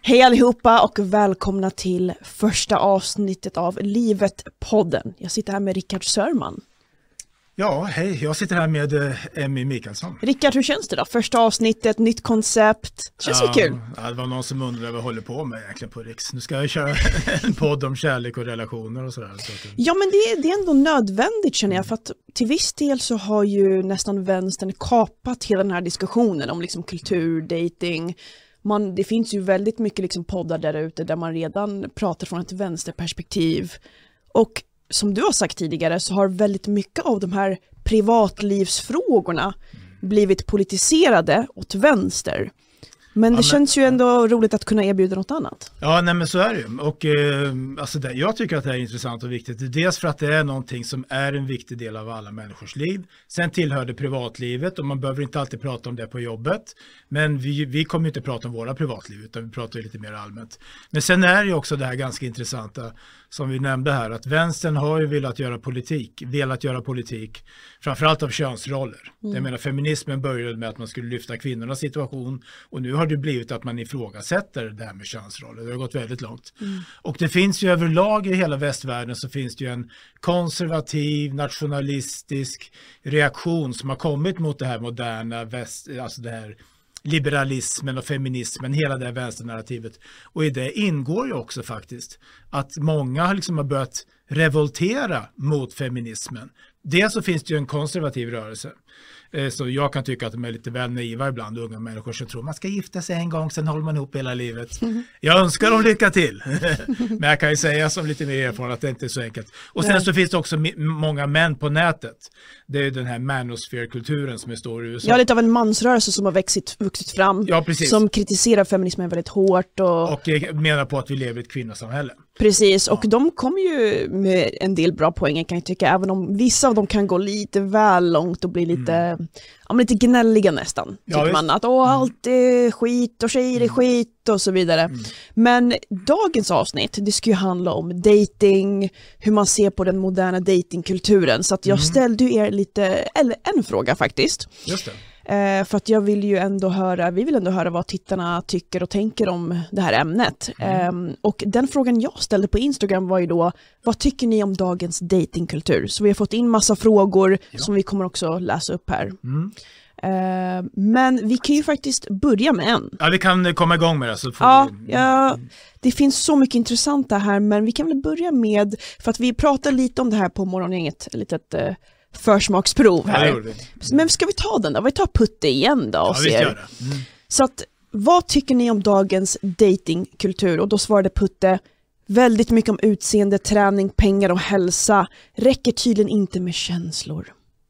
Hej allihopa och välkomna till första avsnittet av Livet-podden. Jag sitter här med Rickard Sörman. Ja, hej. Jag sitter här med Emmy Mikaelsson. Rickard, hur känns det då? Första avsnittet, nytt koncept. Känns det kul? Ja, det var någon som undrade vad jag håller på med egentligen på Riks. Nu ska jag köra en podd om kärlek och relationer och sådär. Ja, men det är ändå nödvändigt känner jag. För att till viss del så har ju nästan vänstern kapat hela den här diskussionen om liksom kultur, dating. Det finns ju väldigt mycket liksom poddar där ute där man redan pratar från ett vänsterperspektiv. Och som du har sagt tidigare så har väldigt mycket av de här privatlivsfrågorna blivit politiserade åt vänster. Men det känns ju ändå roligt att kunna erbjuda något annat. Ja, nej men så är det ju. Och jag tycker att det här är intressant och viktigt. Dels för att det är någonting som är en viktig del av alla människors liv. Sen tillhör det privatlivet och man behöver inte alltid prata om det på jobbet. Men vi kommer inte prata om våra privatliv utan vi pratar lite mer allmänt. Men sen är det ju också det här ganska intressanta som vi nämnde här. Att vänstern har ju velat göra politik framförallt av könsroller. Jag menar feminismen började med att man skulle lyfta kvinnornas situation och nu har det blivit att man ifrågasätter det här med könsroller. Det har gått väldigt långt. Och det finns ju överlag i hela västvärlden så finns det ju en konservativ, nationalistisk reaktion som har kommit mot det här moderna alltså det här liberalismen och feminismen, hela det här vänsternarrativet. Och i det ingår ju också faktiskt att många har börjat revoltera mot feminismen. Dels så finns det ju en konservativ rörelse. Så jag kan tycka att de är lite väl naiva ibland, unga människor som tror man ska gifta sig en gång, sen håller man ihop hela livet. Jag önskar dem lycka till. Men jag kan ju säga som lite mer erfaren att det inte är så enkelt. Och sen så finns det också många män på nätet. Det är ju den här manosphere-kulturen som är stor i USA. Ja, lite av en mansrörelse som har vuxit fram. Ja, precis. Som kritiserar feminismen väldigt hårt. Och menar på att vi lever i ett kvinnosamhälle. Precis, och de kommer ju med en del bra poänger kan jag tycka, även om vissa av dem kan gå lite väl långt och bli lite, lite gnälliga nästan. Tycker man att allt är skit och tjejer är skit och så vidare. Men dagens avsnitt, det ska ju handla om dating, hur man ser på den moderna datingkulturen. Så att jag ställde ju er en fråga faktiskt. Just det. För att vi vill ändå höra vad tittarna tycker och tänker om det här ämnet. Och den frågan jag ställde på Instagram var ju då, vad tycker ni om dagens datingkultur? Så vi har fått in massa frågor som vi kommer också läsa upp här. Men vi kan ju faktiskt börja med en. Ja, vi kan komma igång med det. Så får det finns så mycket intressant här, men vi kan väl börja med, för att vi pratade lite om det här på morgongänget, litet försmaksprov här. Men ska vi ta den då? Vi tar Putte igen då och ser. Så att, vad tycker ni om dagens datingkultur? Och då svarade Putte, väldigt mycket om utseende, träning, pengar och hälsa. Räcker tydligen inte med känslor.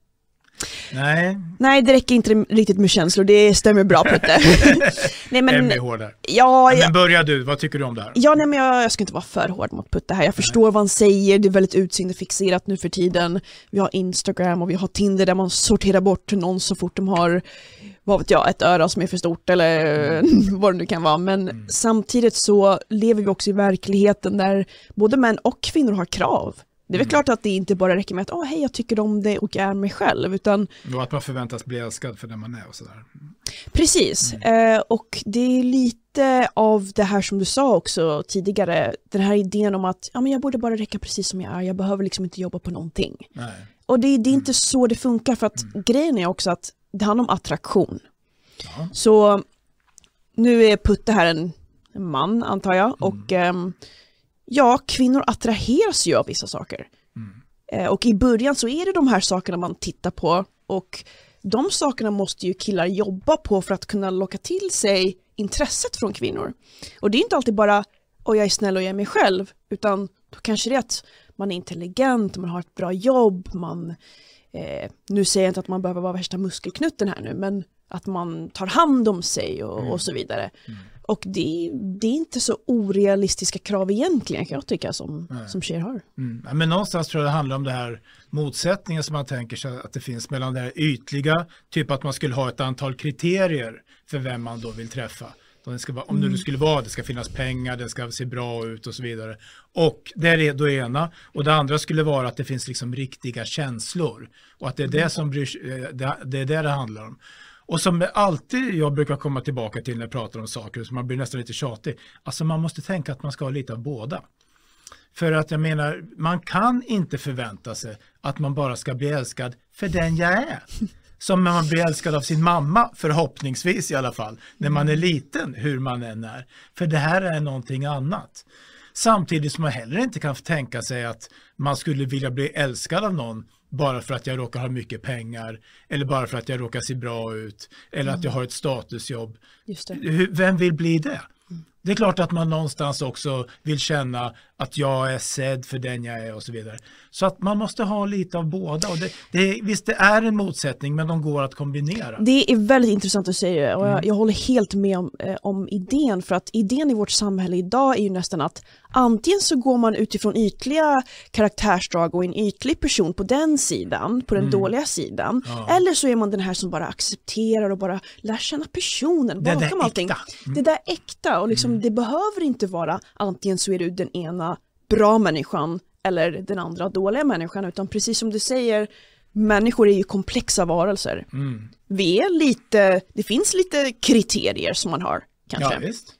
Nej, det räcker inte riktigt med känslor. Det stämmer bra, Putte. Nej, men hårdare. Men börja du, vad tycker du om det här? Ja, nej, men jag ska inte vara för hård mot Putte här. Jag förstår vad han säger. Det är väldigt utseendefixerat nu för tiden. Vi har Instagram och vi har Tinder där man sorterar bort någon så fort de har, vad vet jag, ett öra som är för stort eller vad det nu kan vara. Men samtidigt så lever vi också i verkligheten där både män och kvinnor har krav. Det är väl klart att det inte bara räcker med att hej, jag tycker om det och jag är mig själv, utan och att man förväntas bli älskad för den man är och sådär. Precis, och det är lite av det här som du sa också tidigare, den här idén om att jag borde bara räcka precis som jag är, jag behöver liksom inte jobba på någonting. Nej. Och det är inte så det funkar, för att grejen är också att det handlar om attraktion. Ja. Så nu är Putte här en man, antar jag, och kvinnor attraheras ju av vissa saker. Och i början så är det de här sakerna man tittar på, och de sakerna måste ju killar jobba på för att kunna locka till sig intresset från kvinnor. Och det är inte alltid bara jag är snäll och jag är mig själv, utan då kanske det är att man är intelligent, man har ett bra jobb, nu säger jag inte att man behöver vara värsta muskelknutten här nu, men att man tar hand om sig och så vidare. Och det är inte så orealistiska krav egentligen, kan jag tycka, som tjejer har. Men någonstans tror jag det handlar om det här motsättningen som man tänker sig att det finns mellan det här ytliga, typ att man skulle ha ett antal kriterier för vem man då vill träffa. Det ska vara, om det skulle vara, det ska finnas pengar, det ska se bra ut och så vidare. Och det är då ena. Och det andra skulle vara att det finns liksom riktiga känslor. Och att det är det som det handlar om. Och som alltid jag brukar komma tillbaka till när jag pratar om saker så man blir nästan lite tjatig. Alltså man måste tänka att man ska ha lite av båda. För att jag menar, man kan inte förvänta sig att man bara ska bli älskad för den jag är. Som när man blir älskad av sin mamma, förhoppningsvis i alla fall, när man är liten, hur man än är. För det här är någonting annat. Samtidigt som man heller inte kan tänka sig att man skulle vilja bli älskad av någon bara för att jag råkar ha mycket pengar eller bara för att jag råkar se bra ut eller att jag har ett statusjobb. Just det. Vem vill bli det? Det är klart att man någonstans också vill känna att jag är sedd för den jag är och så vidare. Så att man måste ha lite av båda. Och visst, det är en motsättning, men de går att kombinera. Det är väldigt intressant att säga och jag håller helt med om idén. För att idén i vårt samhälle idag är ju nästan att antingen så går man utifrån ytliga karaktärsdrag och en ytlig person på den sidan, på den dåliga sidan. Ja. Eller så är man den här som bara accepterar och bara lär känna personen bakom allting. Det där äkta och liksom, det behöver inte vara antingen så är du den ena bra människan eller den andra dåliga människan, utan precis som du säger, människor är ju komplexa varelser. Vi är lite, det finns lite kriterier som man har kanske. Ja, visst.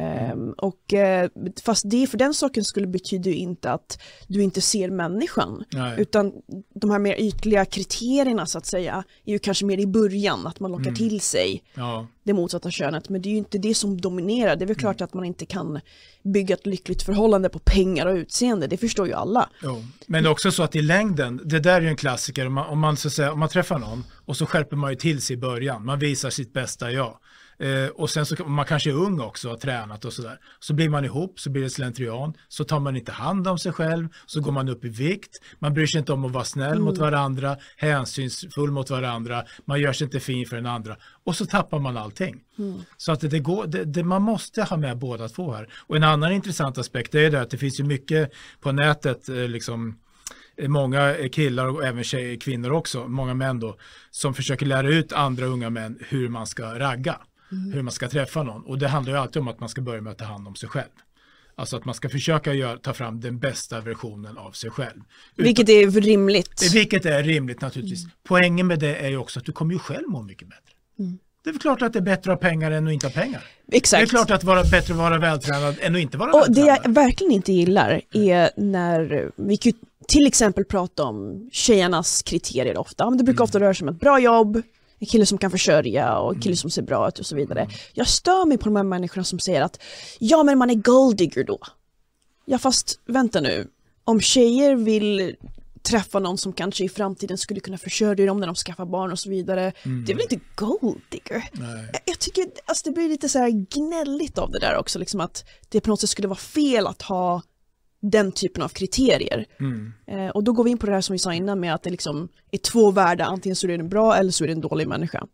Fast det för den saken skulle betyda ju inte att du inte ser människan. Nej. Utan de här mer ytliga kriterierna så att säga är ju kanske mer i början att man lockar till sig det motsatta könet, men det är ju inte det som dominerar. Det är väl klart att man inte kan bygga ett lyckligt förhållande på pengar och utseende, det förstår ju alla. Men det är också så att i längden, det där är ju en klassiker, om man träffar någon och så skärper man ju till sig i början, man visar sitt bästa jag. Och sen så man kanske är ung också och har tränat och sådär. Så blir man ihop, så blir det slentrian. Så tar man inte hand om sig själv. Så går man upp i vikt. Man bryr sig inte om att vara snäll mot varandra. Hänsynsfull mot varandra. Man gör sig inte fin för den andra. Och så tappar man allting. Så att man måste ha med båda två här. Och en annan intressant aspekt är det att det finns ju mycket på nätet liksom. Många killar och även kvinnor också, många män då, som försöker lära ut andra unga män hur man ska ragga. Hur man ska träffa någon. Och det handlar ju alltid om att man ska börja med att ta hand om sig själv. Alltså att man ska försöka ta fram den bästa versionen av sig själv. Vilket är rimligt. Vilket är rimligt naturligtvis. Poängen med det är ju också att du kommer ju själv må mycket bättre. Det är väl klart att det är bättre att ha pengar än att inte ha pengar. Exakt. Det är klart att det är bättre att vara vältränad än att inte vara vältränad. Och det jag verkligen inte gillar är när vi till exempel prata om tjejernas kriterier ofta. Det brukar ofta röra sig om ett bra jobb, en kille som kan försörja och en kille som ser bra ut och så vidare. Jag stör mig på de här människorna som säger att ja, men man är golddigger då. Ja, fast vänta nu. Om tjejer vill träffa någon som kanske i framtiden skulle kunna försörja dem när de skaffar barn och så vidare. Det är väl inte golddigger? Jag tycker alltså, det blir lite så här gnälligt av det där också. Liksom att det på något sätt skulle vara fel att ha den typen av kriterier. Och då går vi in på det här som vi sa innan med att det liksom är två världar. Antingen så är det en bra eller så är det en dålig människa.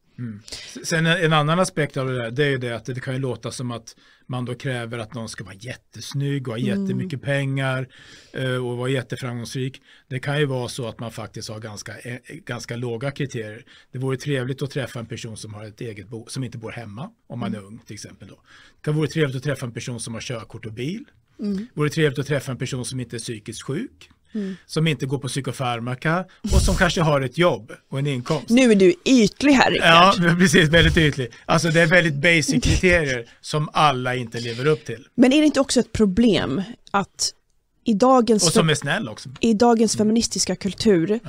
Sen en annan aspekt av det där, det är ju det att det kan ju låta som att man då kräver att någon ska vara jättesnygg och ha jättemycket pengar och vara jätteframgångsrik. Det kan ju vara så att man faktiskt har ganska låga kriterier. Det vore trevligt att träffa en person som har ett eget som inte bor hemma, om man är ung till exempel då. Det kan vara trevligt att träffa en person som har körkort och bil. Det vore trevligt att träffa en person som inte är psykiskt sjuk. Som inte går på psykofarmaka och som kanske har ett jobb och en inkomst. Nu är du ytlig här, Rickard. Ja, precis, väldigt ytlig. Alltså det är väldigt basic kriterier som alla inte lever upp till. Men är det inte också ett problem att i dagens och som är snäll också. I dagens feministiska kultur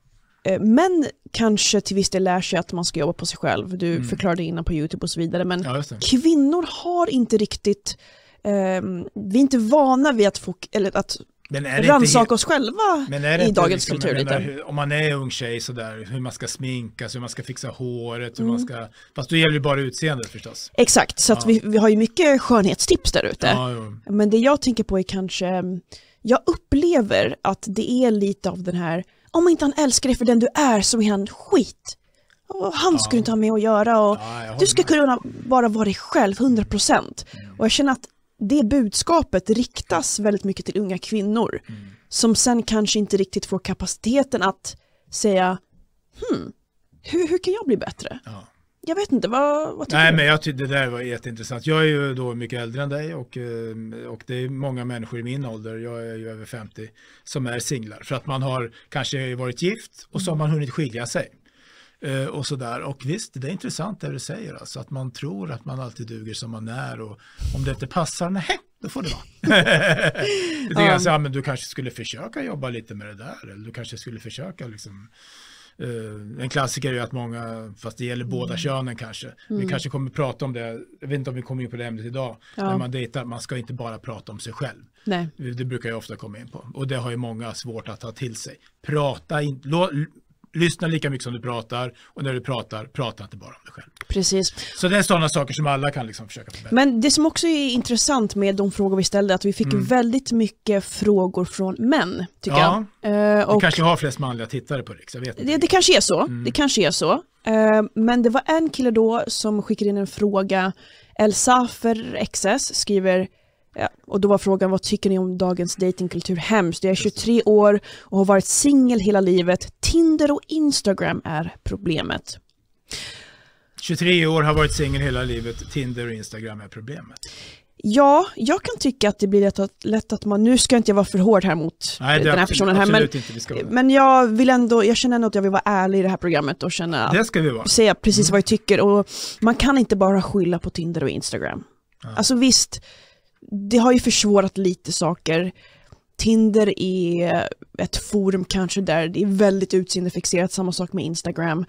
män kanske till viss del lär sig att man ska jobba på sig själv. Du förklarade innan på YouTube och så vidare. Men kvinnor har inte riktigt vi är inte vana vid att rannsaka oss själva i dagens kultur. Lite. Om man är ung tjej sådär, hur man ska sminka, hur man ska fixa håret, hur man ska, fast då gäller det bara utseendet förstås. Exakt, så att vi har ju mycket skönhetstips där ute. Men det jag tänker på är kanske, jag upplever att det är lite av den här, om inte han älskar dig för den du är så är han skit. Och han skulle inte ha med att göra och du ska kunna bara vara dig själv 100%. Och jag känner att det budskapet riktas väldigt mycket till unga kvinnor som sen kanske inte riktigt får kapaciteten att säga hur kan jag bli bättre? Jag vet inte, vad tycker du? Nej, men jag tyckte det där var jätteintressant. Jag är ju då mycket äldre än dig och det är många människor i min ålder, jag är ju över 50, som är singlar. För att man har kanske varit gift och så har man hunnit skilja sig. Och sådär. Och visst, det är intressant det du säger. Alltså, att man tror att man alltid duger som man är. Och om det inte passar, nej, då får det vara. Det är så, men du kanske skulle försöka jobba lite med det där. Eller du kanske skulle försöka liksom... en klassiker är ju att många, fast det gäller båda könen kanske. Vi kanske kommer prata om det. Jag vet inte om vi kommer in på det ämnet idag. När man dejtar, man ska inte bara prata om sig själv. Nej. Det brukar jag ofta komma in på. Och det har ju många svårt att ta till sig. Lyssna lika mycket som du pratar, och när du pratar, prata inte bara om dig själv. Precis. Så det är sådana saker som alla kan liksom försöka förbättra. Men det som också är intressant med de frågor vi ställde, att vi fick väldigt mycket frågor från män, tycker jag. Och kanske har flest manliga tittare på Riks, jag vet inte. Det kanske är så. Det kanske är så. Men det var en kille då som skickade in en fråga. Elsafer XS skriver, och då var frågan, vad tycker ni om dagens datingkultur? Hemskt. Jag är 23 år och har varit singel hela livet. Tinder och Instagram är problemet. 23 år, har varit singel hela livet. Tinder och Instagram är problemet. Ja, jag kan tycka att det blir lätt att man, nu ska inte jag vara för hård här mot den här personen här, men jag känner ändå att jag vill vara ärlig i det här programmet och känna, det ska vi vara. Säga precis vad jag tycker, och man kan inte bara skylla på Tinder och Instagram. Alltså visst, det har ju försvårat lite saker. Tinder är ett forum kanske där det är väldigt utseendefixerat, samma sak med Instagram.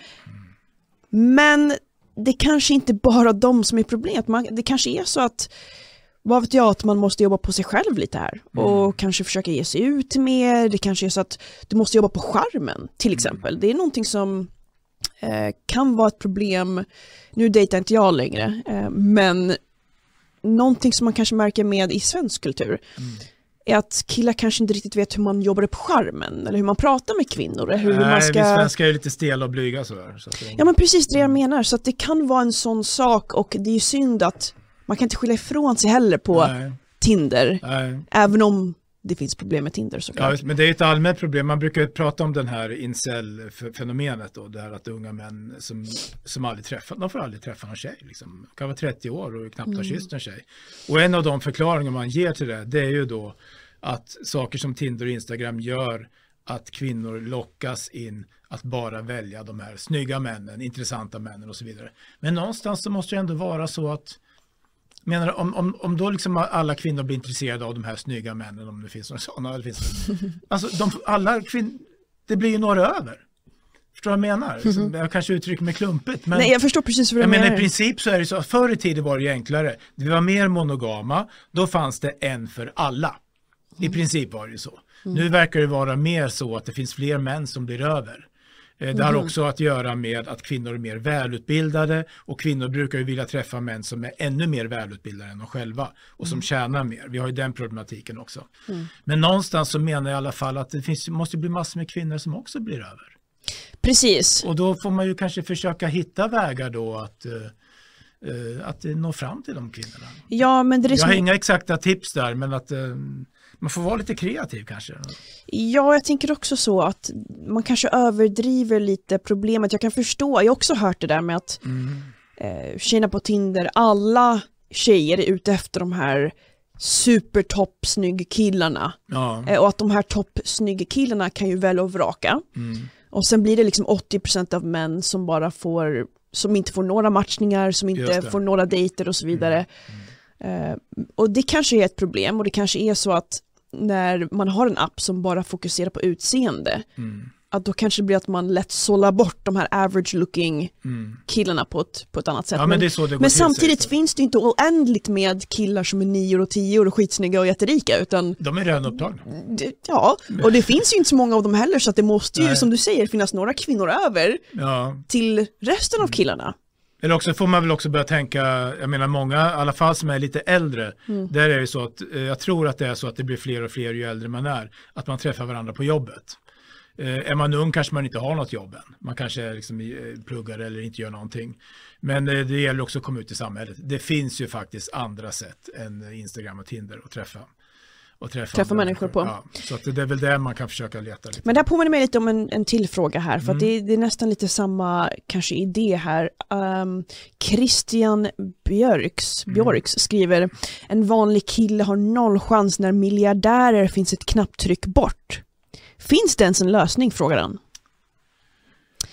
Men det kanske inte bara de som är problemet. Det kanske är så att, vad vet jag, att man måste jobba på sig själv lite här. Och kanske försöka ge sig ut mer. Det kanske är så att du måste jobba på skärmen, till exempel. Det är någonting som kan vara ett problem. Nu dejtar inte jag längre, men någonting som man kanske märker med i svensk kultur är att killar kanske inte riktigt vet hur man jobbar på skärmen eller hur man pratar med kvinnor. Eller hur man ska... Vi svenskar är lite stela och blyga sådär. Så ja, men precis det jag menar. Så att det kan vara en sån sak, och det är ju synd att man kan inte skylla ifrån sig heller på Tinder. Även om det finns problem med Tinder såklart. Ja, men det är ett allmänt problem. Man brukar prata om den här incel-fenomenet då, där att unga män som aldrig träffar, de får aldrig träffa någon tjej. Liksom. De kan vara 30 år och knappt ha kysst en tjej. Och en av de förklaringar man ger till det är ju då att saker som Tinder och Instagram gör att kvinnor lockas in att bara välja de här snygga männen, intressanta männen och så vidare. Men någonstans så måste det ändå vara så att, menar om då liksom alla kvinnor blir intresserade av de här snygga männen, om det finns några sådana, eller alltså alla kvinnor, det blir ju några över. Förstår du vad jag menar? Jag kanske uttrycker mig klumpigt, men nej, jag förstår precis vad du menar. Men i princip så är det så att förr i tiden var det enklare. Vi var mer monogama, då fanns det en för alla. I princip var det ju så. Nu verkar det vara mer så att det finns fler män som blir över. Det har också att göra med att kvinnor är mer välutbildade, och kvinnor brukar ju vilja träffa män som är ännu mer välutbildade än de själva och som tjänar mer. Vi har ju den problematiken också. Men någonstans så menar jag i alla fall att det måste bli massor med kvinnor som också blir över. Precis. Och då får man ju kanske försöka hitta vägar då att nå fram till de kvinnorna. Ja, men det är jag har inga exakta tips där, men att man får vara lite kreativ kanske. Ja, jag tänker också så att man kanske överdriver lite problemet. Jag kan förstå, jag har också hört det där med att tjejerna på Tinder, alla tjejer är ute efter de här supertoppsnygg killarna. Ja. Och att de här toppsnygg killarna kan ju välja och vraka. Och sen blir det liksom 80% av män som bara som inte får några matchningar, som inte får några dejter och så vidare. Och det kanske är ett problem, och det kanske är så att när man har en app som bara fokuserar på utseende, att då kanske det blir att man lätt sållar bort de här average looking killarna på ett annat sätt. Ja, men samtidigt finns det inte oändligt med killar som är 9 och 10 och skitsnygga och jätterika, utan de är redan upptagna. Ja, och det finns ju inte så många av dem heller, så att det måste ju, som du säger, finnas några kvinnor över till resten av killarna. Eller också får man väl också börja tänka, jag menar många, i alla fall som är lite äldre, där är det så att jag tror att det är så att det blir fler och fler ju äldre man är, att man träffar varandra på jobbet. Är man ung kanske man inte har något jobb än. Man kanske liksom pluggar eller inte gör någonting. Men det gäller också att komma ut i samhället. Det finns ju faktiskt andra sätt än Instagram och Tinder att träffa människor på. Ja, så att det är väl där man kan försöka leta lite. Men det här påminner mig lite om en till fråga här, för att det är nästan lite samma kanske idé här. Christian Björks skriver: en vanlig kille har 0 chans när miljardärer finns ett knapptryck bort. Finns det ens en lösning, frågar han.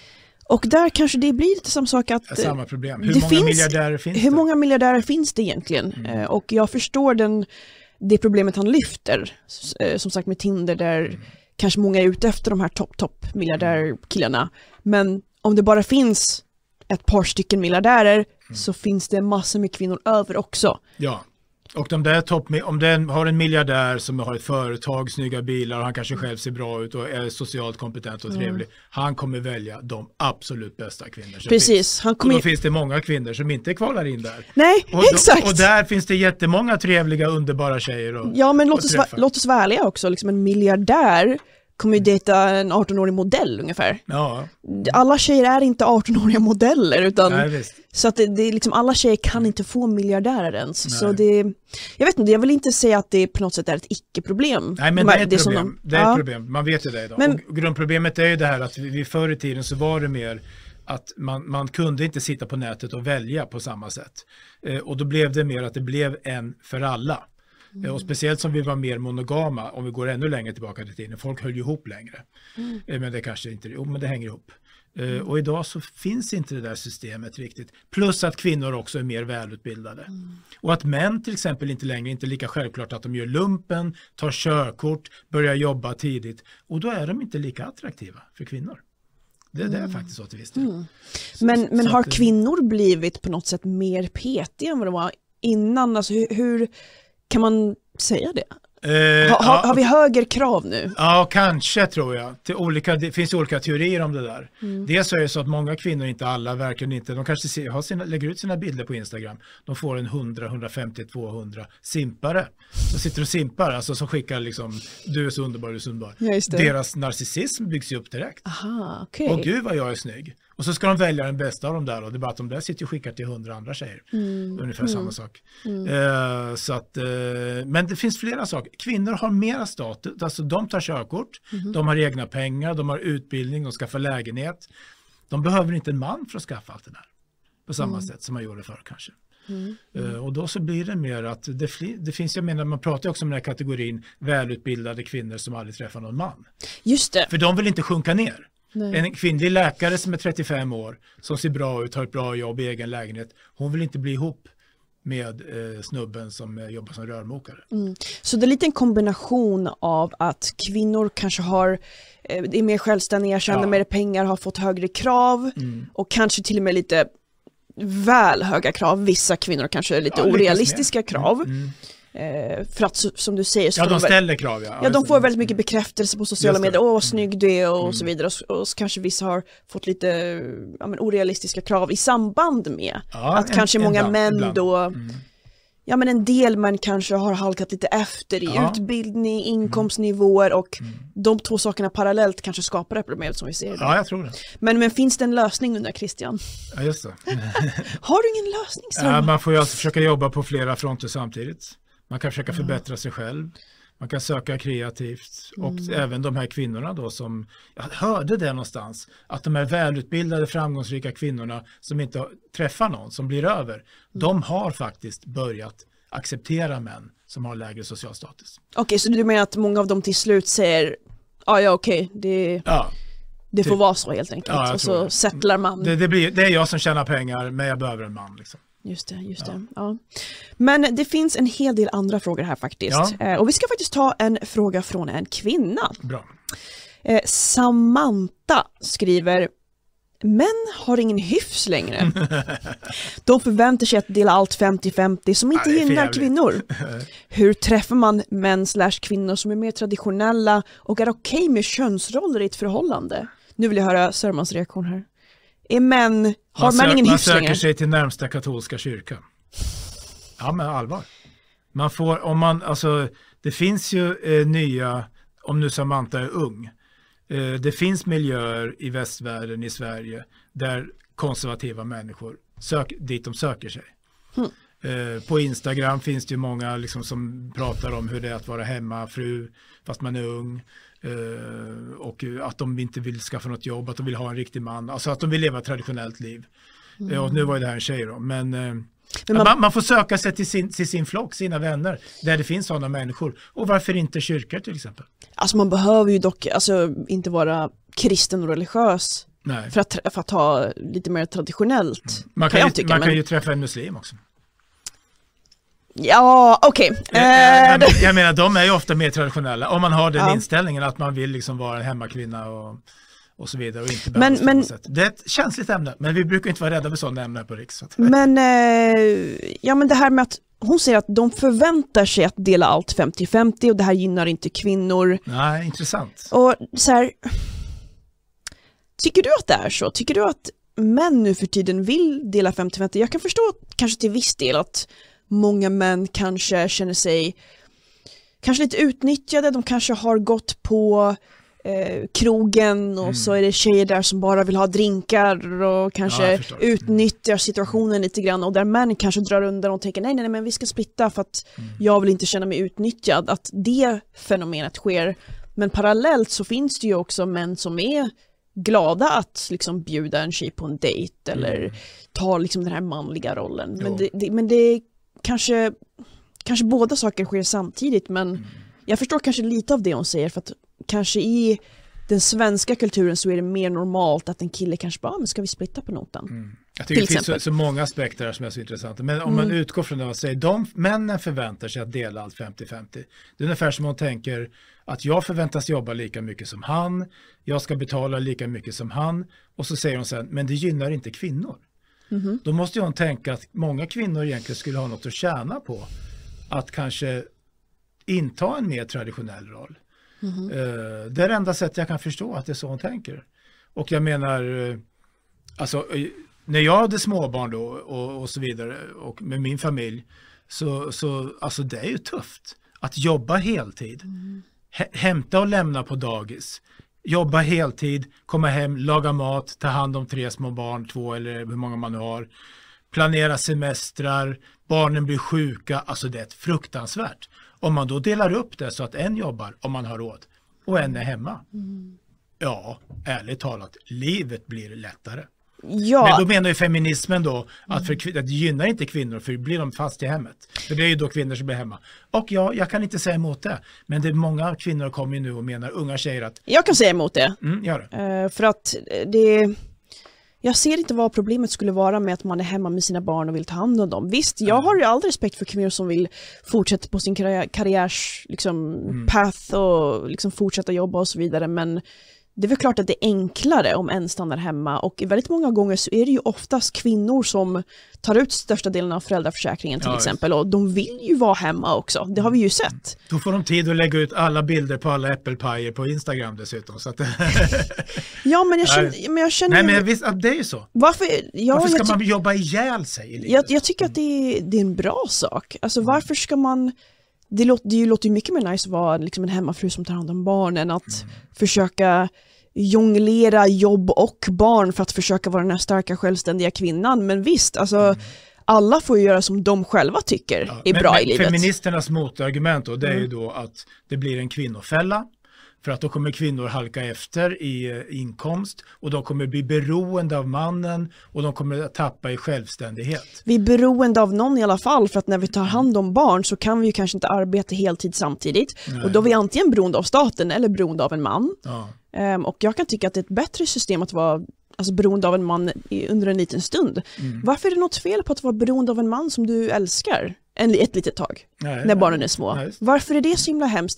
Och där kanske det blir lite samma sak att... Samma problem. Hur många miljardärer finns det? Hur många miljardärer finns det egentligen? Och jag förstår det problemet han lyfter. Som sagt med Tinder där kanske många är ute efter de här topp miljardärkillarna. Men om det bara finns ett par stycken miljardärer så finns det massor med kvinnor över också. Ja. Och de där om den har en miljardär som har ett företag, snygga bilar och han kanske själv ser bra ut och är socialt kompetent och trevlig. Han kommer välja de absolut bästa kvinnor som Precis. finns. Och då finns det många kvinnor som inte kvalar in där. Nej, exakt. Och där finns det jättemånga trevliga, underbara tjejer. Ja, men låt oss vara ärliga också. Liksom en miljardär kommer ju dejta en 18-årig modell ungefär. Ja. Alla tjejer är inte 18-åriga modeller utan så att det är liksom alla tjejer kan inte få miljardärer ens. Nej. Så jag vet inte, jag vill inte säga att det på något sätt är ett icke-problem. Nej, men det är ett problem. Det är ett problem. Man vet ju det idag. Men, och grundproblemet är ju det här att vi förr i tiden så var det mer att man kunde inte sitta på nätet och välja på samma sätt. Och då blev det mer att det blev en för alla. Och speciellt som vi var mer monogama, om vi går ännu längre tillbaka till tiden. Folk höll ju ihop längre. Men det kanske inte, men det hänger ihop. Och idag så finns inte det där systemet riktigt. Plus att kvinnor också är mer välutbildade. Och att män till exempel inte längre, inte lika självklart att de gör lumpen, tar körkort, börjar jobba tidigt. Och då är de inte lika attraktiva för kvinnor. Det är faktiskt så till viss del. Men har kvinnor blivit på något sätt mer petiga än vad de var innan? Alltså hur kan man säga det? Har vi högre krav nu? Ja, kanske tror jag. Det finns olika teorier om det där. Dels är det så att många kvinnor, inte alla, verkligen inte. De kanske lägger ut sina bilder på Instagram. De får en 100, 150, 200 simpare. De sitter och simpar, alltså som skickar liksom, du är så underbar, du är så underbar. Ja, deras narcissism byggs ju upp direkt. Aha, okay. Och gud vad jag är snygg. Och så ska de välja den bästa av dem där. Och det är bara att de där sitter och skickar till 100 andra tjejer. Ungefär samma sak. Så att, men det finns flera saker. Kvinnor har mera status. Alltså de tar körkort. De har egna pengar. De har utbildning. De skaffar lägenhet. De behöver inte en man för att skaffa allt det där. På samma sätt som man gjorde förr kanske. Och då så blir det mer att det finns, jag menar, man pratar också om den här kategorin välutbildade kvinnor som aldrig träffar någon man. Just det. För de vill inte sjunka ner. Nej. En kvinnlig läkare som är 35 år, som ser bra ut, har ett bra jobb i egen lägenhet, hon vill inte bli ihop med snubben som jobbar som rörmokare. Så det är lite en kombination av att kvinnor kanske är mer självständiga, tjänar mer pengar, har fått högre krav och kanske till och med lite väl höga krav. Vissa kvinnor kanske lite orealistiska krav. För att som du säger så de ställer krav. Ja, de får väldigt mycket bekräftelse på sociala medier. Åh, snygg du är och så vidare. Och så kanske vissa har fått lite orealistiska krav i samband med att kanske många män då ja, men en del män kanske har halkat lite efter i utbildning, inkomstnivåer och de två sakerna parallellt kanske skapar det problemet som vi ser idag. Ja, jag tror det. Men finns det en lösning under Christian? Ja, just det. Har du ingen lösning? Ja, man får ju alltså försöka jobba på flera fronter samtidigt. Man kan försöka förbättra sig själv. Man kan söka kreativt. Och även de här kvinnorna då som, jag hörde det någonstans, att de här välutbildade, framgångsrika kvinnorna som inte träffar någon, som blir över, de har faktiskt börjat acceptera män som har lägre social status. Okej, så du menar att många av dem till slut säger, det får vara så helt enkelt. Ja, och så settlar man. Det är jag som tjänar pengar, men jag behöver en man liksom. Just det. Ja. Men det finns en hel del andra frågor här faktiskt. Och vi ska faktiskt ta en fråga från en kvinna. Bra. Samantha skriver: män har ingen hyfs längre. De förväntar sig att dela allt 50-50 som inte hindrar kvinnor. Hur träffar man män/kvinnor som är mer traditionella och är okej med könsroller i ett förhållande? Nu vill jag höra Sörmans reaktion här. Har män ingen hyfs längre? Man söker sig till närmsta katolska kyrkan. Ja, men allvar. Man får, det finns ju nya, om nu Samantha är ung, det finns miljöer i västvärlden, i Sverige, där konservativa människor dit de söker sig. På Instagram finns det ju många liksom, som pratar om hur det är att vara hemmafru fast man är ung. Och att de inte vill skaffa något jobb, att de vill ha en riktig man, alltså att de vill leva ett traditionellt liv. Och nu var det här en tjej då, men man får söka sig till sin flock, sina vänner, där det finns sådana människor. Och varför inte kyrkor till exempel? Alltså man behöver ju dock inte vara kristen och religiös Nej. För att ha lite mer traditionellt. Man kan ju träffa en muslim också. Ja, okej. Jag menar, de är ju ofta mer traditionella. Om man har den inställningen att man vill liksom vara en hemmakvinna och så vidare. Och inte men det är ett känsligt ämne, men vi brukar inte vara rädda för sådana ämnen på Riks. Men det här med att hon säger att de förväntar sig att dela allt 50-50 och det här gynnar inte kvinnor. Nej, intressant. Och så här, tycker du att det är så? Tycker du att män nu för tiden vill dela 50-50? Jag kan förstå kanske till viss del att många män kanske känner sig kanske lite utnyttjade. De kanske har gått på krogen och så är det tjejer där som bara vill ha drinkar och kanske utnyttjar situationen lite grann, och där män kanske drar undan och tänker nej men vi ska splitta för att jag vill inte känna mig utnyttjad, att det fenomenet sker. Men parallellt så finns det ju också män som är glada att liksom bjuda en tjej på en dejt eller ta liksom den här manliga rollen. Men det kanske båda saker sker samtidigt, men jag förstår kanske lite av det hon säger, för att kanske i den svenska kulturen så är det mer normalt att en kille kanske bara, men ska vi splitta på notan? Jag tycker det finns så många aspekter som är så intressanta. Men om man utgår från det och säger, männen förväntar sig att dela allt 50-50. Det är ungefär som hon tänker att jag förväntas jobba lika mycket som han, jag ska betala lika mycket som han, och så säger hon sen, men det gynnar inte kvinnor. Då måste hon tänka att många kvinnor egentligen skulle ha något att tjäna på att kanske inta en mer traditionell roll. Det är det enda sätt jag kan förstå att det är så hon tänker. Och jag menar, alltså när jag hade småbarn då och så vidare och med min familj, så alltså det är ju tufft att jobba heltid. Hämta och lämna på dagis. Jobba heltid, komma hem, laga mat, ta hand om 3 små barn, 2 eller hur många man nu har. Planera semestrar, barnen blir sjuka, alltså det är fruktansvärt. Om man då delar upp det så att en jobbar om man har råd och en är hemma. Ja, ärligt talat, livet blir lättare. Ja. Men då menar ju feminismen då att det gynnar inte kvinnor, för blir de fast i hemmet. För det är ju då kvinnor som blir hemma. Och jag kan inte säga emot det. Men det är många kvinnor kommer ju nu och menar, unga tjejer att... Jag kan säga emot det. Gör det. För att det... Jag ser inte vad problemet skulle vara med att man är hemma med sina barn och vill ta hand om dem. Visst, jag har ju all respekt för kvinnor som vill fortsätta på sin karriärs liksom, path och liksom fortsätta jobba och så vidare, men det är väl klart att det är enklare om en stannar hemma, och väldigt många gånger så är det ju oftast kvinnor som tar ut största delen av föräldraförsäkringen till exempel, och de vill ju vara hemma också, det har vi ju sett. Då får de tid att lägga ut alla bilder på alla äppelpajer på Instagram dessutom. Så att ja, men jag känner... Nej, men visst, det är ju så. Varför ska man jobba ihjäl sig i livet? Jag tycker att det är en bra sak. Alltså varför ska man... Det låter ju mycket mer nice att vara liksom en hemmafru som tar hand om barnen, att försöka jonglera jobb och barn för att försöka vara den här starka självständiga kvinnan. Men visst, alltså alla får ju göra som de själva tycker är bra i livet. Feministernas motargument då, det är ju då att det blir en kvinnofälla. För att då kommer kvinnor halka efter i inkomst, och de kommer bli beroende av mannen, och de kommer att tappa i självständighet. Vi är beroende av någon i alla fall, för att när vi tar hand om barn så kan vi ju kanske inte arbeta heltid samtidigt. Nej. Och då är vi antingen beroende av staten eller beroende av en man. Ja. Och jag kan tycka att det är ett bättre system att vara beroende av en man under en liten stund. Varför är det något fel på att vara beroende av en man som du älskar ett litet tag när barnen är små? Varför är det så himla hemskt?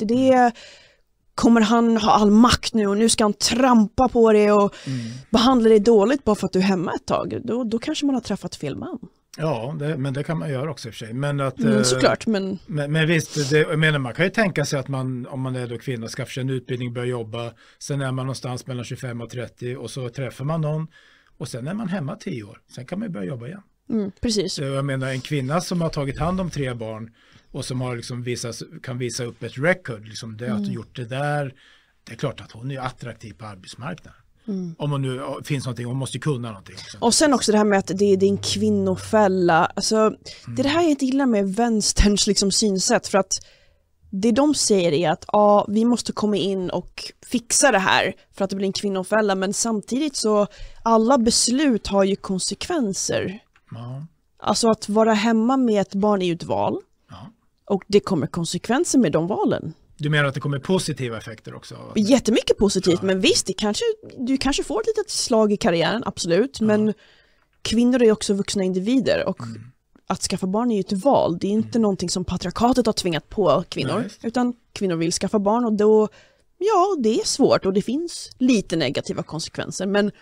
Kommer han ha all makt nu och nu ska han trampa på det och behandla dig dåligt bara för att du är hemma ett tag? Då kanske man har träffat fel man. Ja, men det kan man göra också i och för sig. Men att, såklart. Men visst, jag menar, man kan ju tänka sig att man, om man är då kvinna, skaffar sig en utbildning, börjar jobba. Sen är man någonstans mellan 25 och 30 och så träffar man någon. Och sen är man hemma 10 år. Sen kan man ju börja jobba igen. Precis. Så jag menar, en kvinna som har tagit hand om 3 barn och som har liksom kan visa upp ett record, liksom det att hon gjort det där. Det är klart att hon är attraktiv på arbetsmarknaden. Om hon nu finns någonting, hon måste kunna någonting också. Och sen också det här med att det är en kvinnofälla. Alltså, det är det här jag inte gillar med vänsterns liksom synsätt, för att det de säger är att vi måste komma in och fixa det här för att det blir en kvinnofälla, men samtidigt så alla beslut har ju konsekvenser. Ja. Alltså att vara hemma med ett barn är ju ett val. Ja. Och det kommer konsekvenser med de valen. Du menar att det kommer positiva effekter också? Jättemycket positivt, men visst, du kanske får ett litet slag i karriären, absolut. Men kvinnor är också vuxna individer och att skaffa barn är ju ett val. Det är inte någonting som patriarkatet har tvingat på kvinnor, utan kvinnor vill skaffa barn och då, ja, det är svårt och det finns lite negativa konsekvenser.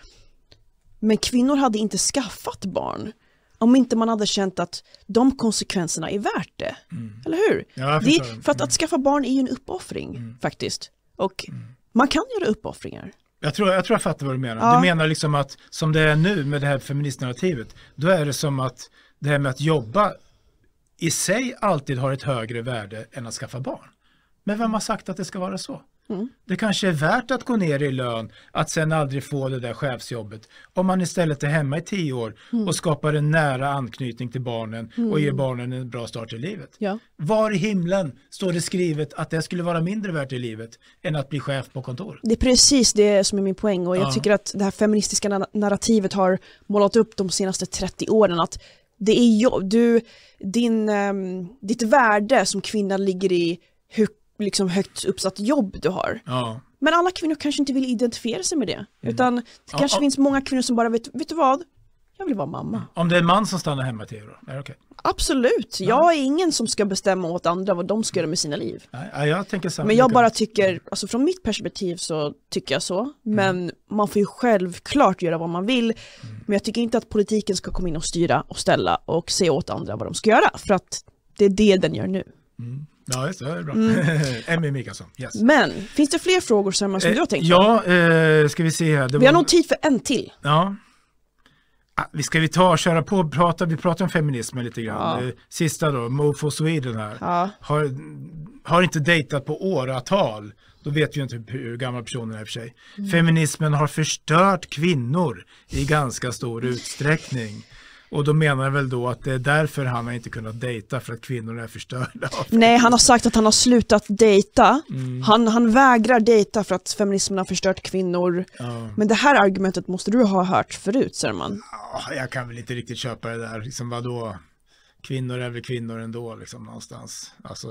Men kvinnor hade inte skaffat barn om inte man hade känt att de konsekvenserna är värt det. Eller hur? Ja, För att skaffa barn är ju en uppoffring faktiskt. Och man kan göra uppoffringar. Jag tror jag fattar vad du menar. Du menar liksom att som det är nu med det här feministnarrativet, då är det som att det här med att jobba i sig alltid har ett högre värde än att skaffa barn. Men vem har sagt att det ska vara så? Det kanske är värt att gå ner i lön, att sen aldrig få det där chefsjobbet. Om man istället är hemma i 10 år och skapar en nära anknytning till barnen och ger barnen en bra start i livet. Ja. Var i himlen står det skrivet att det skulle vara mindre värt i livet än att bli chef på kontor? Det är precis det som är min poäng och jag tycker att det här feministiska narrativet har målat upp de senaste 30 åren att det är ditt värde som kvinna ligger i hur liksom högt uppsatt jobb du har. Ja. Men alla kvinnor kanske inte vill identifiera sig med det. Utan det kanske finns många kvinnor som bara vet du vad? Jag vill vara mamma. Om det är en man som stannar hemma till då? Är det okej? Absolut. Jag är ingen som ska bestämma åt andra vad de ska göra med sina liv. Nej, jag tänker samma. Men jag bara tycker, alltså från mitt perspektiv så tycker jag så. Men man får ju självklart göra vad man vill. Men jag tycker inte att politiken ska komma in och styra och ställa och säga åt andra vad de ska göra. För att det är det den gör nu. Ja, det är bra. Emmy Mikaelsson, yes. Men, finns det fler frågor som du har tänkt på? Ja, ska vi se här. Vi har nog tid för en till. Ja. Vi köra på och vi pratar om feminismen lite grann. Sista då, Move for Sweden här. Ja. Har inte dejtat på åratal. Då vet vi inte hur gamla personen är för sig. Feminismen har förstört kvinnor i ganska stor utsträckning. Och då menar jag väl då att det är därför han har inte kunnat dejta, för att kvinnor är förstörda. Nej, han har sagt att han har slutat dejta. Han vägrar dejta för att feminismen har förstört kvinnor. Men det här argumentet måste du ha hört förut, Sörman. Ja, jag kan väl inte riktigt köpa det där. Liksom, vadå? Kvinnor är väl kvinnor ändå, liksom, någonstans. Alltså...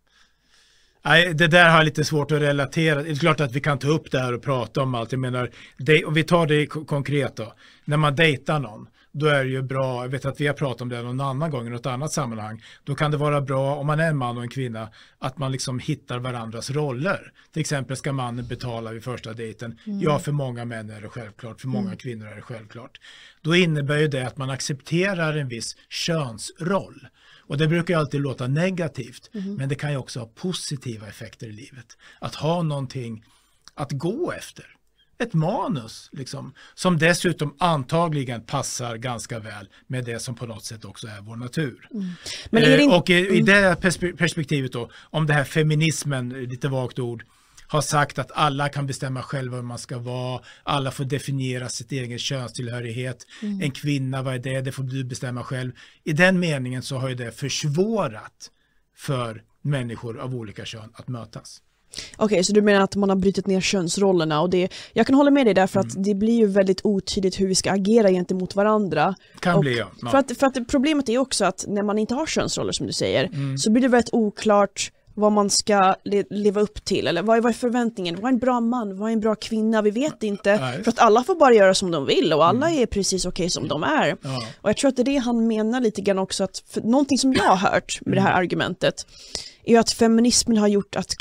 Nej, det där har jag lite svårt att relatera. Det är klart att vi kan ta upp det här och prata om allt. Jag menar, om vi tar det konkret då. När man dejtar någon, då är det ju bra, jag vet att vi har pratat om det någon annan gång i något annat sammanhang, då kan det vara bra om man är en man och en kvinna att man liksom hittar varandras roller. Till exempel ska mannen betala vid första dejten. Ja, för många män är det självklart, för många kvinnor är det självklart. Då innebär ju det att man accepterar en viss könsroll. Och det brukar ju alltid låta negativt, men det kan ju också ha positiva effekter i livet. Att ha någonting att gå efter. Ett manus liksom, som dessutom antagligen passar ganska väl med det som på något sätt också är vår natur. Men är det och i det perspektivet då, om det här feminismen, lite vagt ord, har sagt att alla kan bestämma själva hur man ska vara, alla får definiera sitt egen könstillhörighet, en kvinna, vad är det? Det får du bestämma själv. I den meningen så har ju det försvårat för människor av olika kön att mötas. Okej, så du menar att man har brytit ner könsrollerna och jag kan hålla med dig därför att det blir ju väldigt otydligt hur vi ska agera gentemot varandra. Kan bli, ja. För att problemet är också att när man inte har könsroller som du säger så blir det väldigt oklart vad man ska leva upp till eller vad är förväntningen, vad är en bra man, vad är en bra kvinna, vi vet inte. För att alla får bara göra som de vill och alla är precis okej som de är. Och jag tror att det är det han menar lite grann också, att för någonting som jag har hört med det här argumentet är att feminismen har gjort att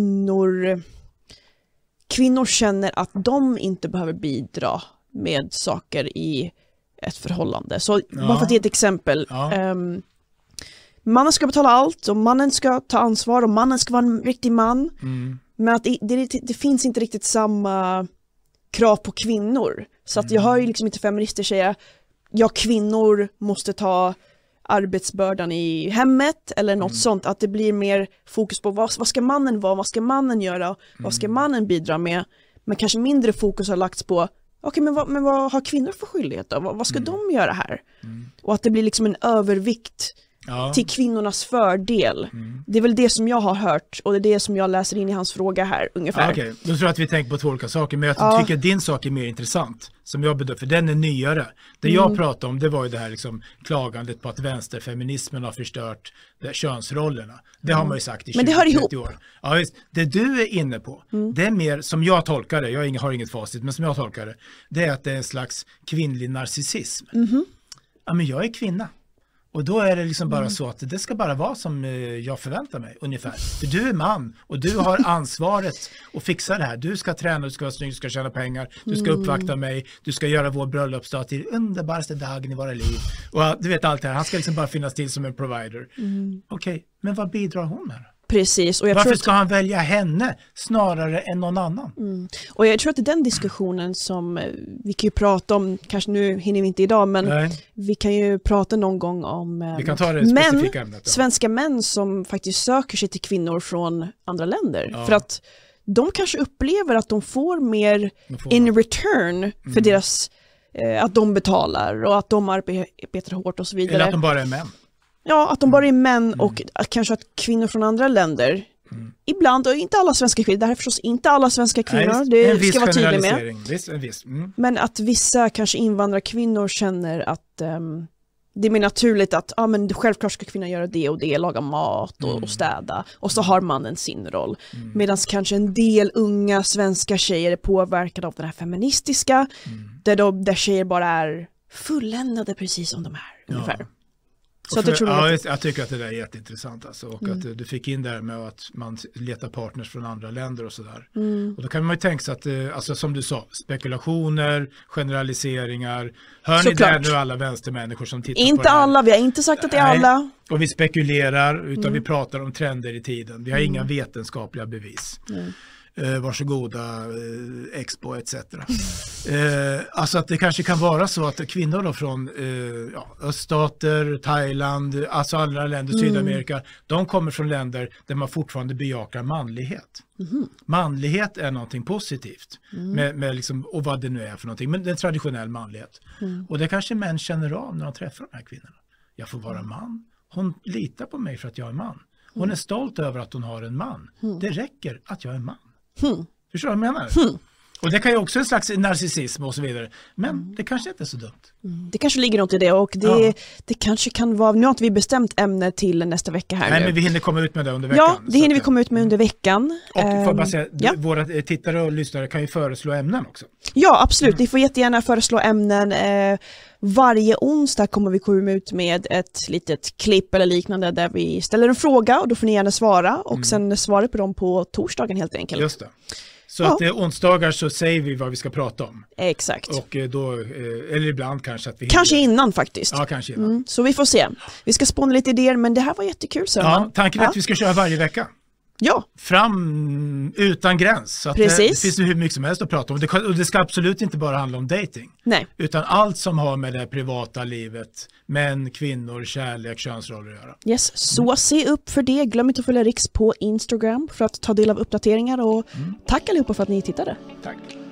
kvinnor känner att de inte behöver bidra med saker i ett förhållande. Så bara för att ge ett exempel. Mannen ska betala allt och mannen ska ta ansvar och mannen ska vara en riktig man. Men att det finns inte riktigt samma krav på kvinnor. Så att jag hör ju liksom inte feminister säga kvinnor måste ta arbetsbördan i hemmet eller något sånt, att det blir mer fokus på vad ska mannen vara, vad ska mannen göra, vad ska mannen bidra med, men kanske mindre fokus har lagts på men vad har kvinnor för skyldighet då? Vad ska de göra här? Och att det blir liksom en övervikt till kvinnornas fördel. Det är väl det som jag har hört och det är det som jag läser in i hans fråga här ungefär. Okej. Då tror jag att vi tänker på två olika saker, men jag tycker att din sak är mer intressant som jag bedömer, för den är nyare. Det jag pratade om, det var ju det här liksom klagandet på att vänsterfeminismen har förstört könsrollerna. Det har man ju sagt i 20-30 år. Ja, visst. Det du är inne på, det är mer som jag tolkar det, jag har inget facit, men som jag tolkar det, det är att det är en slags kvinnlig narcissism. Ja, men jag är kvinna. Och då är det liksom bara så att det ska bara vara som jag förväntar mig ungefär. För du är man och du har ansvaret att fixa det här. Du ska träna, du ska vara snygg, du ska tjäna pengar, du ska uppvakta mig, du ska göra vår bröllopsdag till underbaraste dagen i våra liv. Och du vet allt det här, han ska liksom bara finnas till som en provider. Okej, men vad bidrar hon med? Precis. Och varför ska han välja henne snarare än någon annan? Och jag tror att det är den diskussionen som vi kan ju prata om, kanske nu hinner vi inte idag, men vi kan ju prata någon gång om vi kan ta det specifika ämnet, svenska män som faktiskt söker sig till kvinnor från andra länder. För att de kanske upplever att de får mer in return för deras, att de betalar och att de arbetar hårt och så vidare. Eller att de bara är män. Ja, att de bara är män och kanske att kvinnor från andra länder ibland, och inte alla svenska kvinnor, det här är förstås inte alla svenska kvinnor, det ska vara tydligt med. Men att vissa kanske invandrarkvinnor känner att det är mer naturligt att men självklart ska kvinnor göra det och det, laga mat och städa, och så har mannen sin roll. Medan kanske en del unga svenska tjejer är påverkade av den här feministiska, där tjejer bara är fulländade precis som de är, ungefär. Så jag tycker att det där är jätteintressant alltså, och att du fick in där med att man letar partners från andra länder och sådär. Och då kan man ju tänka sig att, alltså som du sa, spekulationer, generaliseringar. Hör ni där nu alla vänstermänniskor som tittar inte på det här? Alla, vi har inte sagt att det är alla. Och vi spekulerar, utan vi pratar om trender i tiden. Vi har inga vetenskapliga bevis. Varsågoda, Expo etc. Alltså att det kanske kan vara så att kvinnor då från öststater, Thailand, alltså andra länder, Sydamerika, de kommer från länder där man fortfarande bejakar manlighet. Manlighet är någonting positivt med liksom, och vad det nu är för någonting, men det är traditionell manlighet. Och det kanske män känner av när de träffar de här kvinnorna. Jag får vara man. Hon litar på mig för att jag är man. Hon är stolt över att hon har en man. Det räcker att jag är man. Förstår du vad jag menar? Och det kan ju också en slags narcissism och så vidare. Men det kanske inte är så dumt. Det kanske ligger något i det, och det kanske kan vara, nu har inte vi bestämt ämne till nästa vecka här. Nej, men vi hinner komma ut med det under veckan. Ja, det hinner vi komma ut med under veckan. Och får bara säga, våra tittare och lyssnare kan ju föreslå ämnen också. Ja, absolut. Ni får jättegärna föreslå ämnen. Varje onsdag kommer vi komma ut med ett litet klipp eller liknande där vi ställer en fråga, och då får ni gärna svara, och sen svarar på dem på torsdagen helt enkelt. Just det. Så att onsdagar så säger vi vad vi ska prata om. Exakt. Och då, eller ibland kanske att vi... Kanske innan faktiskt. Ja, kanske innan. Så vi får se. Vi ska spåna lite idéer, men det här var jättekul. Ja, tanken är att vi ska köra varje vecka. Ja. Fram utan gräns. Så att det finns hur mycket som helst att prata om. Och det ska absolut inte bara handla om dating. Nej. Utan allt som har med det privata livet, män, kvinnor, kärlek, könsroller att göra. Yes, så se upp för det. Glöm inte att följa Riks på Instagram för att ta del av uppdateringar. Och tack allihopa för att ni tittade. Tack.